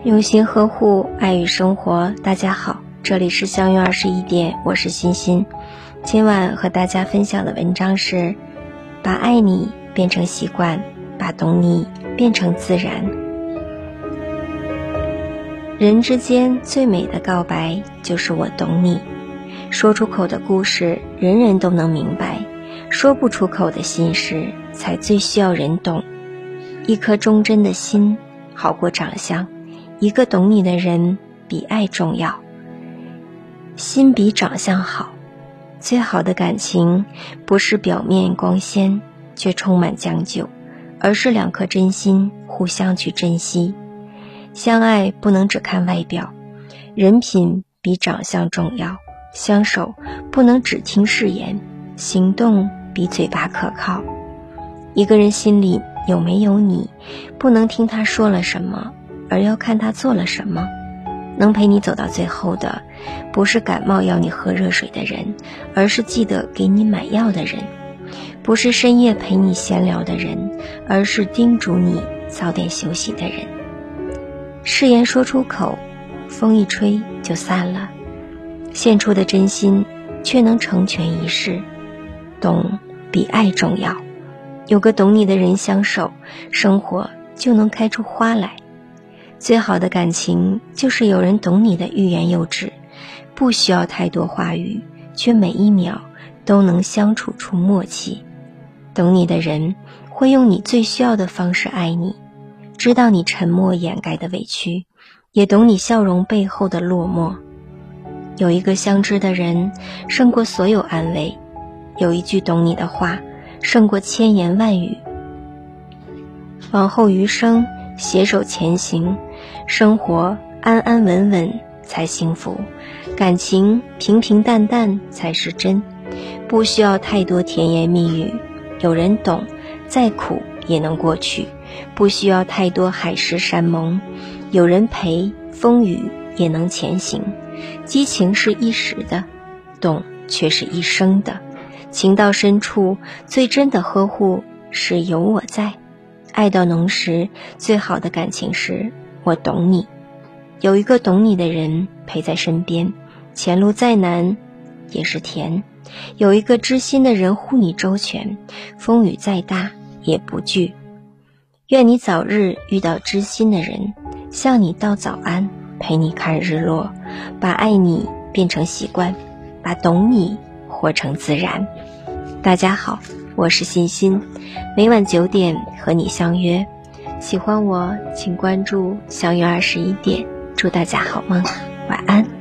用心呵护，爱与生活。大家好，这里是相约21点，我是欣欣。今晚和大家分享的文章是把爱你变成习惯，把懂你变成自然。人之间最美的告白就是我懂你。说出口的故事人人都能明白，说不出口的心事才最需要人懂。一颗忠贞的心好过长相，一个懂你的人比爱重要。心比长相好，最好的感情不是表面光鲜却充满将就，而是两颗真心互相去珍惜。相爱不能只看外表，人品比长相重要。相守不能只听誓言，行动比嘴巴可靠。一个人心里有没有你，不能听他说了什么，而要看他做了什么。能陪你走到最后的，不是感冒要你喝热水的人，而是记得给你买药的人；不是深夜陪你闲聊的人，而是叮嘱你早点休息的人。誓言说出口，风一吹就散了，献出的真心却能成全一世。懂比爱重要，有个懂你的人相守，生活就能开出花来。最好的感情就是有人懂你的欲言又止，不需要太多话语，却每一秒都能相处出默契。懂你的人会用你最需要的方式爱你，知道你沉默掩盖的委屈，也懂你笑容背后的落寞。有一个相知的人胜过所有安慰，有一句懂你的话胜过千言万语。往后余生携手前行，生活安安稳稳才幸福，感情平平淡淡才是真。不需要太多甜言蜜语，有人懂，再苦也能过去。不需要太多海誓山盟，有人陪，风雨也能前行。激情是一时的，懂却是一生的。情到深处，最真的呵护是有我在。爱到浓时，最好的感情是我懂你。有一个懂你的人陪在身边，前路再难也是甜。有一个知心的人护你周全，风雨再大也不惧。愿你早日遇到知心的人，向你道早安，陪你看日落。把爱你变成习惯，把懂你活成自然。大家好，我是欣欣，每晚9点和你相约。喜欢我请关注相约21点，祝大家好梦，晚安。